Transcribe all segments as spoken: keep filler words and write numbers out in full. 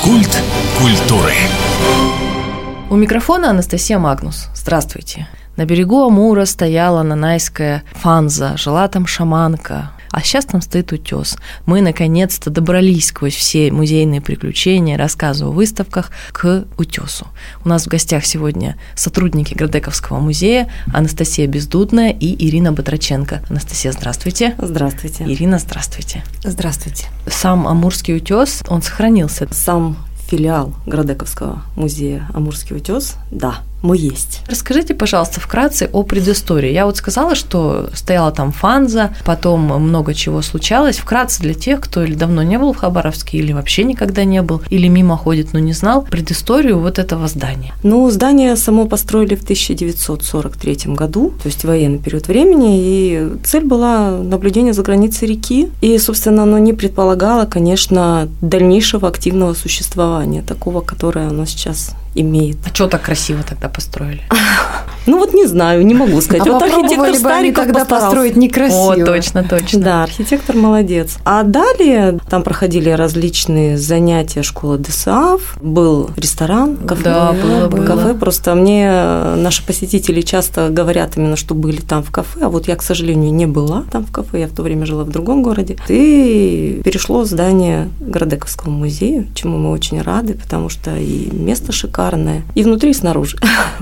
Культ культуры. У микрофона Анастасия Магнус. Здравствуйте. На берегу Амура стояла нанайская фанза, жила там шаманка. А сейчас там стоит утес. Мы наконец-то добрались сквозь все музейные приключения, рассказы о выставках к утесу. У нас в гостях сегодня сотрудники Градековского музея Анастасия Бездудная и Ирина Батраченко. Анастасия, здравствуйте. Здравствуйте. Ирина, здравствуйте. Здравствуйте. Сам Амурский утес, он сохранился. Сам филиал Градековского музея Амурский утес, да, мы есть. Расскажите, пожалуйста, вкратце о предыстории. Я вот сказала, что стояла там фанза, потом много чего случалось. Вкратце для тех, кто или давно не был в Хабаровске, или вообще никогда не был, или мимо ходит, но не знал предысторию вот этого здания. Ну, здание само построили в тысяча девятьсот сорок третьем году, то есть военный период времени, и цель была наблюдение за границей реки. И, собственно, оно не предполагало, конечно, дальнейшего активного существования, такого, которое оно сейчас имеет. А что так красиво тогда построили? Ну вот не знаю, не могу сказать. А вот архитектор Стариков тогда постарался построить некрасиво. О, точно, точно. Да, архитектор молодец. А далее там проходили различные занятия школы ДСАФ, был ресторан, кафе. Да, было, было. Кафе. Просто мне наши посетители часто говорят именно, что были там в кафе, а вот я, к сожалению, не была там в кафе, я в то время жила в другом городе. И перешло здание Градековского музея, чему мы очень рады, потому что и место шикарное, и внутри, и снаружи.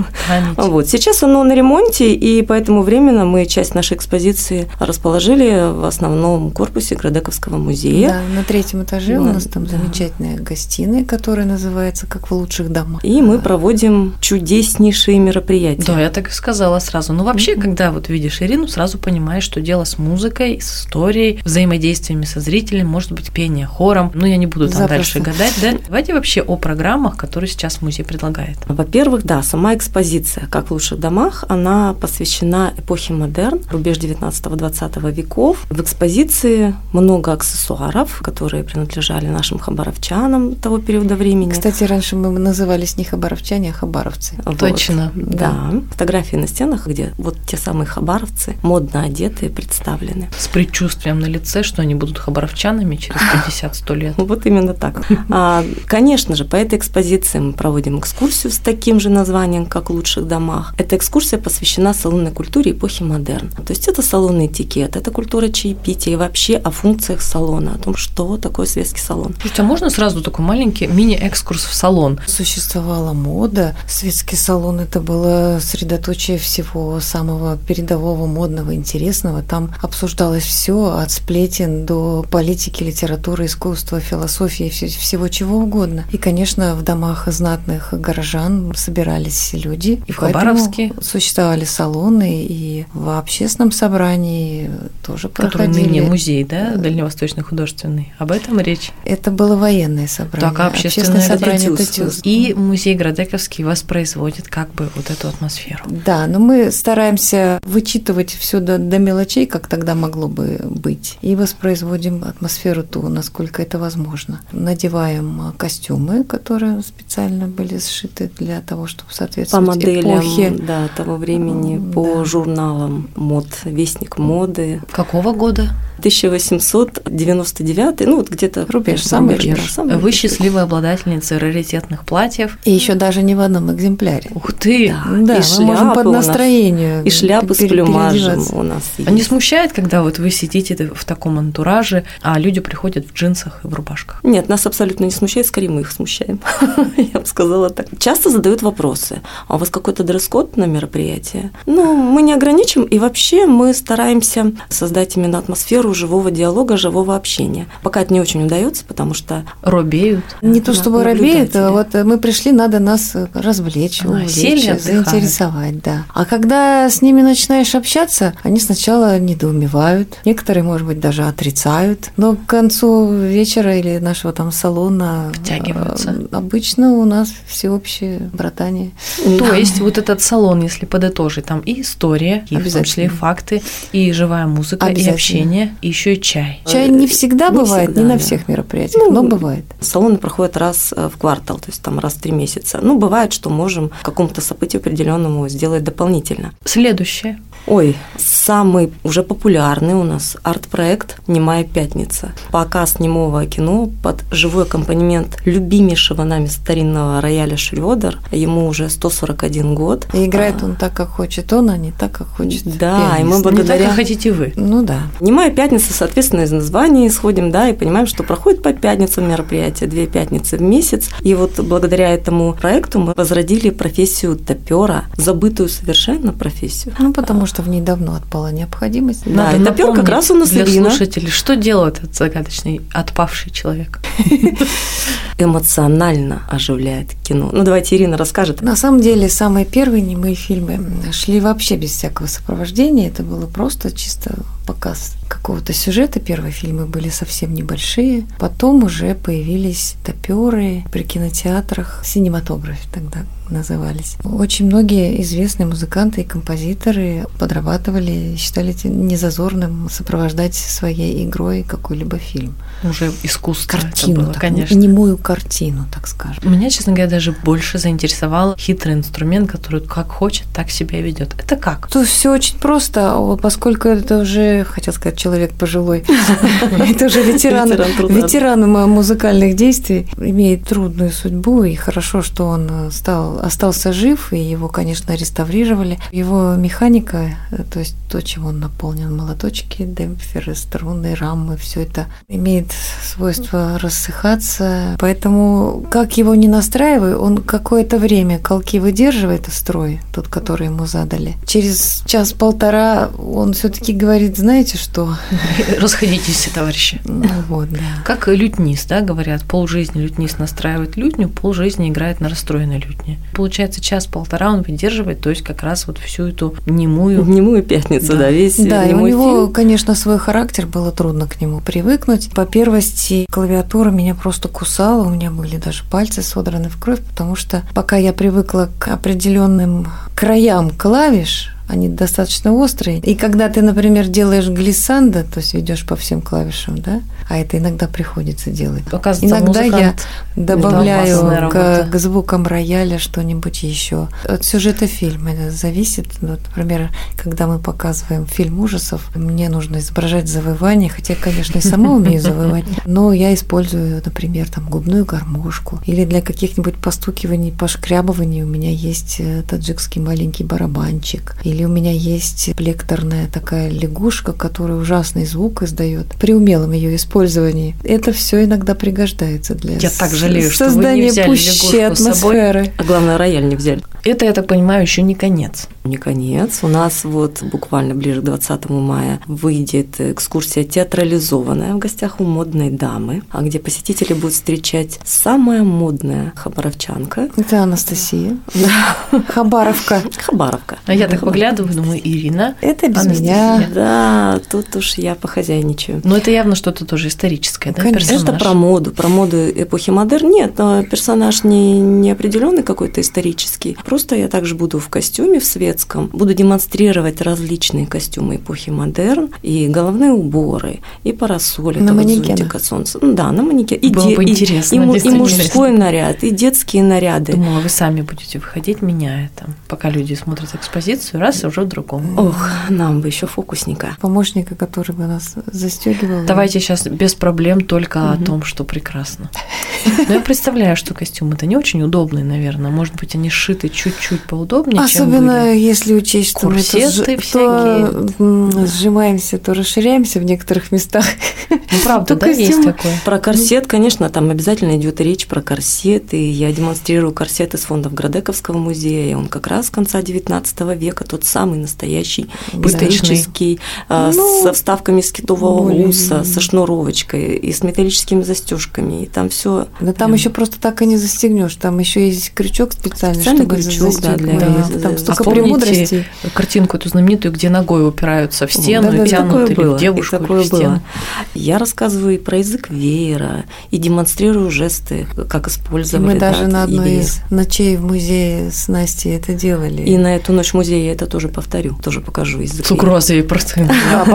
Вот. Сейчас оно на ремонте, и поэтому временно мы часть нашей экспозиции расположили в основном корпусе Градековского музея. Да, на третьем этаже да, у нас там да. замечательная гостиная, которая называется «Как в лучших домах». И мы проводим чудеснейшие мероприятия. Да, я так и сказала сразу. Ну, вообще, mm-hmm. когда вот видишь Ирину, сразу понимаешь, что дело с музыкой, с историей, взаимодействиями со зрителем, может быть, пение хором. Ну, я не буду там Запросто. дальше гадать, да? Давайте вообще о программах, которые сейчас музей предлагает. Во-первых, да, сама экспозиция «Как в лучших домах», она посвящена эпохе модерн, рубеж девятнадцатого-двадцатого веков. В экспозиции много аксессуаров, которые принадлежали нашим хабаровчанам того периода времени. Кстати, раньше мы назывались не хабаровчане, а хабаровцы. Вот. Точно. Да. да. Фотографии на стенах, где вот те самые хабаровцы, модно одетые, представлены. С предчувствием на лице, что они будут хабаровчанами через пятьдесят-сто лет. Вот именно так. А, конечно же, по этой экспозиции мы проводим экскурсию с таким же названием, как в лучших домах. Эта экскурсия посвящена салонной культуре эпохи модерн. То есть это салонный этикет, это культура чаепития и вообще о функциях салона, о том, что такое светский салон. Слушайте, а можно сразу такой маленький мини-экскурс в салон? Существовала мода. Светский салон – это было средоточие всего самого передового, модного, интересного. Там обсуждалось все от сплетен до политики, литературы, искусства, философии, всего чего угодно. И, конечно, в домах знатных горожан собирались люди. И в Хабаровске существовали салоны, и в общественном собрании тоже который проходили. Ныне музей, да, Дальневосточный художественный. Об этом речь? Это было военное собрание. Так, а общественное, общественное собрание это это ТЮЗ. И музей Градековский воспроизводит как бы вот эту атмосферу. Да, но мы стараемся вычитывать все до, до мелочей, как тогда могло бы быть, и воспроизводим атмосферу ту, насколько это возможно. Надеваем костюмы, которые специально были сшиты для того, чтобы соответствовать по моделям, эпохе. Да, того времени, да. по журналам мод, Вестник моды. Какого года? тысяча восемьсот девяносто девятый, ну вот где-то рубеж, самый рубеж. Да, самый Вы рубеж. счастливая обладательница раритетных платьев. И еще даже не в одном экземпляре. Ух ты! Да, Да, и мы можем под настроение. И шляпы с плюмажем у нас есть. А не смущает, когда вот вы сидите в таком антураже, а люди приходят в джинсах и в рубашках? Нет, нас абсолютно не смущает, скорее мы их смущаем. Я бы сказала так. Часто задают вопросы. А у вас какой-то дресс-код на мероприятие? Ну, мы не ограничим, и вообще мы стараемся создать именно атмосферу живого диалога, живого общения. Пока это не очень удается, потому что робеют. Не то чтобы робеют, а вот вот мы пришли, надо нас развлечь, А, увлечь, сели, заинтересовать, да. А когда с ними начинаешь общаться, они сначала недоумевают, некоторые, может быть, даже отрицают, но к концу вечера или нашего там салона втягиваются. Обычно у нас всеобщее братание. То есть вот этот салон, если подытожить, там и история, и в том числе и факты, и живая музыка, и общение, и еще и чай. Чай не всегда не бывает, всегда, не на да. всех мероприятиях, ну, но бывает. Салоны проходят раз в квартал, то есть там раз в три месяца. Ну, бывает, что можем какому-то событию определенному сделать дополнительно. Следующее. Ой, самый уже популярный у нас арт-проект «Немая пятница». Показ немого кино под живой аккомпанемент любимейшего нами старинного рояля Шрёдер. Ему уже сто сорок один год. И играет он так, как хочет он, а не так, как хочет Да, пианист. и мы благодаря... Не так, как хотите вы. Ну да. «Немая пятница», соответственно, из названия исходим, да, и понимаем, что проходит по пятницам мероприятие, две пятницы в месяц. И вот благодаря этому проекту мы возродили профессию топёра, забытую совершенно профессию. Ну, потому что в ней давно отпала необходимость. Да, Надо и топёр как раз у нас для Ирина. слушателей, что делает этот загадочный отпавший человек? Эмоционально оживляет кино. Ну, давайте Ирина расскажет. На самом деле, самые первые немые фильмы шли вообще без всякого сопровождения. Это было просто чисто показ какого-то сюжета. Первые фильмы были совсем небольшие. Потом уже появились топёры при кинотеатрах, синематографе тогда назывались. Очень многие известные музыканты и композиторы подрабатывали, считали незазорным сопровождать своей игрой какой-либо фильм. Уже искусство Картину, это было, так, конечно. немую картину, так скажем. Меня, честно говоря, даже больше заинтересовал хитрый инструмент, который как хочет, так себя ведет. Это как? То все очень просто, поскольку это уже, хотел сказать, человек пожилой, это уже ветеран, ветеран музыкальных действий, имеет трудную судьбу, и хорошо, что он стал, остался жив, и его, конечно, реставрировали. Его механика, то есть то, чем он наполнен, молоточки, демпферы, струны, рамы, все это имеет свойство рассыхаться, поэтому как его не настраивай, он какое-то время колки выдерживает в строй, тот, который ему задали. Через час-полтора он все-таки говорит, знаете что? Расходитесь, товарищи. Ну, вот, да. Как лютнист, да, говорят, полжизни лютнист настраивает лютню, полжизни играет на расстроенной лютне. Получается, час-полтора он выдерживает, то есть как раз вот всю эту немую... Немую пятницу, да, да весь Да, и у него, фильм. Конечно, свой характер, было трудно к нему привыкнуть. По первости, клавиатура меня просто кусала, у меня были даже пальцы содраны в кровь, потому что пока я привыкла к определенным краям клавиш, они достаточно острые. И когда ты, например, делаешь глиссандо, то есть ведешь по всем клавишам, да, а это иногда приходится делать. Оказывается, иногда я музыкант. добавляю к, к звукам рояля что-нибудь еще. От сюжета фильма это зависит. Вот, например, когда мы показываем фильм ужасов, мне нужно изображать завывание, хотя, конечно, и сама умею завывать, но я использую, например, там губную гармошку или для каких-нибудь постукиваний, пошкрябываний у меня есть таджикский маленький барабанчик. Или у меня есть плекторная такая лягушка, которая ужасный звук издает. При умелом ее использовании это все иногда пригождается для я так жалею, создания что вы не взяли пущей атмосферы. С собой. А главное, рояль не взяли. Это, я так понимаю, еще не конец. Не конец. У нас вот буквально ближе к двадцатому мая выйдет экскурсия театрализованная в гостях у модной дамы, а где посетители будут встречать самая модная хабаровчанка. Это Анастасия. Хабаровка. Хабаровка. А я так поглядываю, думаю, Ирина. Это без Анастасия. меня. Да, тут уж я похозяйничаю. Но это явно что-то тоже историческое, да, Конечно. персонаж? Это про моду, про моду эпохи модерн. Нет, персонаж не, не определенный какой-то исторический. Просто я также буду в костюме в светском, буду демонстрировать различные костюмы эпохи модерн, и головные уборы, и парасоль, на это вот манекенах. зонтик от солнца. Да, на манекене. И, Было де- бы и, интересно, и, и действительно. мужской наряд, и детские наряды. Думала, вы сами будете выходить, меняя там, пока люди смотрят экспозицию, раз и уже в другом. Ох, нам бы еще фокусника. Помощника, который бы нас застегивал. Давайте сейчас без проблем только Мгм. о том, что прекрасно. Но я представляю, что костюмы-то не очень удобные, наверное. Может быть, они сшиты чуть-чуть поудобнее, чем Особенно были. если учесть, что мы то, Курсеты сж- всякие. то м, сжимаемся, то расширяемся в некоторых местах. Ну, правда, то да, есть костюмы. такое. Про корсет, конечно, там обязательно идет речь про корсет, и я демонстрирую корсет из фондов Градековского музея, и он как раз с конца девятнадцатого века, тот самый настоящий, Пыточный. исторический, а, Ну, со вставками с китового более- уса, со шнуровочкой и с металлическими застежками, и там все. Да там Прям. еще просто так и не застегнешь. Там еще есть крючок специальный, Специальный чтобы крючок, да, застегнуть. для- Да, там А столько А помните премудростей. картинку эту знаменитую, где ногой упираются в стену Да-да, и тянут такое или было, в девушку, и такое или в стену? было. Я рассказываю и про язык веера, и демонстрирую жесты, как использовать. Мы да, даже на одной веер. из ночей в музее с Настей это делали. И на эту ночь в музее я это тоже повторю, тоже покажу язык. С угрозой просто.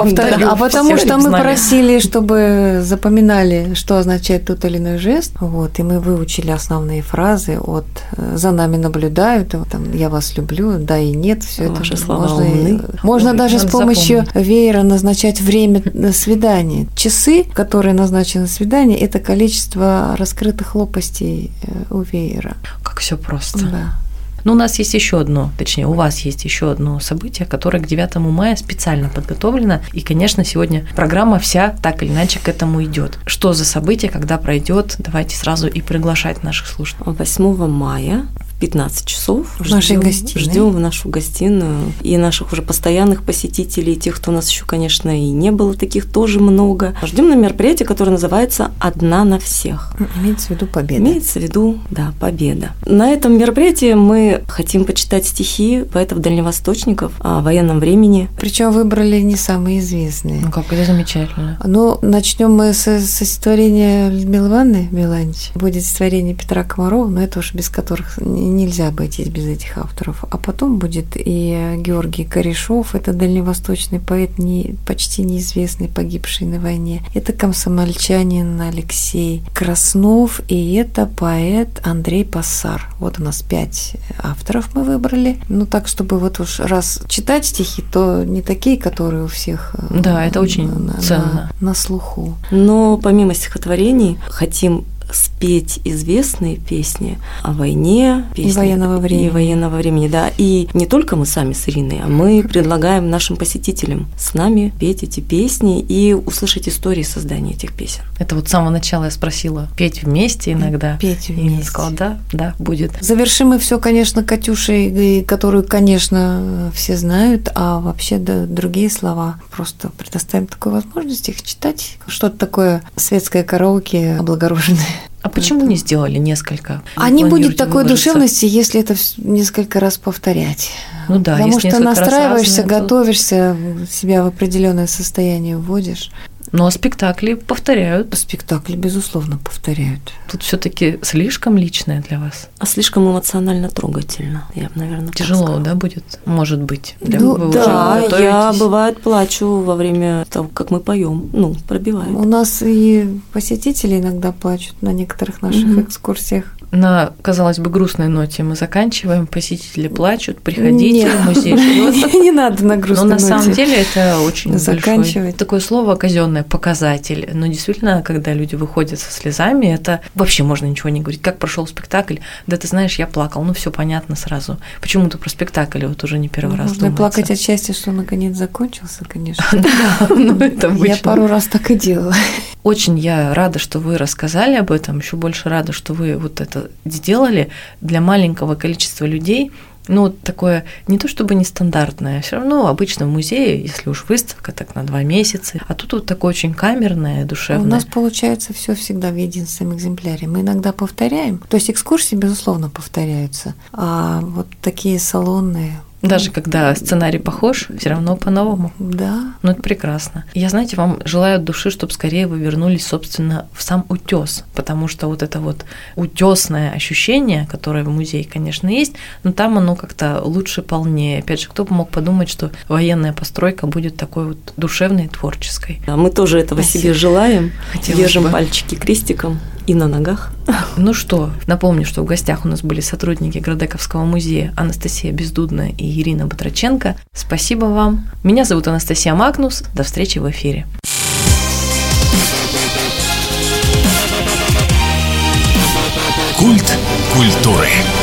А потому что мы просили, чтобы запоминали, что означает тот или иной жест, вот, и мы выучили основные фразы от «за нами наблюдают», там, «я вас люблю», «да» и «нет», все это Ваши слова можно, умны. можно даже с помощью веера назначать время свидания. Часы, которые назначены на свидание, это количество раскрытых лопастей у веера. Как все просто. Да. Но у нас есть еще одно, точнее, у вас есть еще одно событие, которое к девятому мая специально подготовлено. И, конечно, сегодня программа вся так или иначе к этому идет. Что за событие, когда пройдет? Давайте сразу и приглашать наших слушателей. восьмого мая в пятнадцать часов в нашей гостиной. Ждем в нашу гостиную и наших уже постоянных посетителей, тех, кто у нас еще, конечно, и не было, таких тоже много. Ждем на мероприятие, которое называется «Одна на всех». Имеется в виду победа. Имеется в виду, да, победа. На этом мероприятии мы хотим почитать стихи поэтов-дальневосточников о военном времени. Причем выбрали не самые известные. Ну как, это замечательно. Ну, начнем мы со, со стихотворения Людмилы Ивановны Миланич. Будет стихотворение Петра Комарова, но это уж без которых нельзя обойтись без этих авторов. А потом будет и Георгий Корешов, это дальневосточный поэт, не, почти неизвестный, погибший на войне. Это комсомольчанин Алексей Краснов, и это поэт Андрей Пассар. Вот у нас пять авторов мы выбрали. Ну, так, чтобы вот уж раз читать стихи, то не такие, которые у всех да, это очень на, ценно. На, на слуху. Но помимо стихотворений хотим спеть известные песни о войне, песни и военного времени. И военного времени, да. И не только мы сами с Ириной, а мы предлагаем нашим посетителям с нами петь эти песни и услышать истории создания этих песен. Это вот с самого начала я спросила, петь вместе иногда. Петь вместе. И я сказала, да, да, будет. Завершим мы все, конечно, Катюшей, которую, конечно, все знают, а вообще да, другие слова. Просто предоставим такую возможность их читать. Что-то такое светское караоке облагороженное. А почему не сделали несколько? А не будет такой душевности, если это несколько раз повторять. Ну да, потому что настраиваешься, разное, готовишься, себя в определенное состояние вводишь. Но спектакли повторяют. Спектакли, безусловно, повторяют. Тут все-таки слишком личное для вас. А слишком эмоционально трогательно, я бы, наверное, тяжело, да, будет? Может быть. Для ну, вы да, я бывает плачу во время того, как мы поем. Ну, пробивает. У нас и посетители иногда плачут на некоторых наших mm-hmm. экскурсиях. На, казалось бы, грустной ноте мы заканчиваем, посетители плачут, приходите, Нет. музей ждёт. Не надо на грустной ноте. Но на ноте самом деле это очень заканчивать. Большой, такое слово казенное, показатель. Но действительно, когда люди выходят со слезами, это вообще можно ничего не говорить. Как прошел спектакль? Да ты знаешь, я плакал. Ну все понятно сразу. Почему-то про спектакль вот уже не первый раз думается. Можно плакать от счастья, что наконец закончился, конечно. Я пару раз так и делала. Очень я рада, что вы рассказали об этом. Еще больше рада, что вы вот это сделали для маленького количества людей. Ну, вот такое не то чтобы нестандартное, все равно обычно в музее, если уж выставка, так на два месяца. А тут вот такое очень камерное, душевное. У нас получается все всегда в единственном экземпляре. Мы иногда повторяем. То есть экскурсии, безусловно, повторяются. А вот такие салонные. Даже когда сценарий похож, все равно по-новому. Да. Ну, это прекрасно. Я, знаете, вам желаю от души, чтобы скорее вы вернулись, собственно, в сам утес, потому что вот это вот утесное ощущение, которое в музее, конечно, есть, но там оно как-то лучше, полнее. Опять же, кто бы мог подумать, что военная постройка будет такой вот душевной и творческой. А мы тоже этого Спасибо. себе желаем. Хотелось Держим бы. пальчики крестиком и на ногах. Ну что, напомню, что в гостях у нас были сотрудники Градековского музея Анастасия Бездудная и Ирина Батраченко. Спасибо вам. Меня зовут Анастасия Магнус. До встречи в эфире. Культ культуры.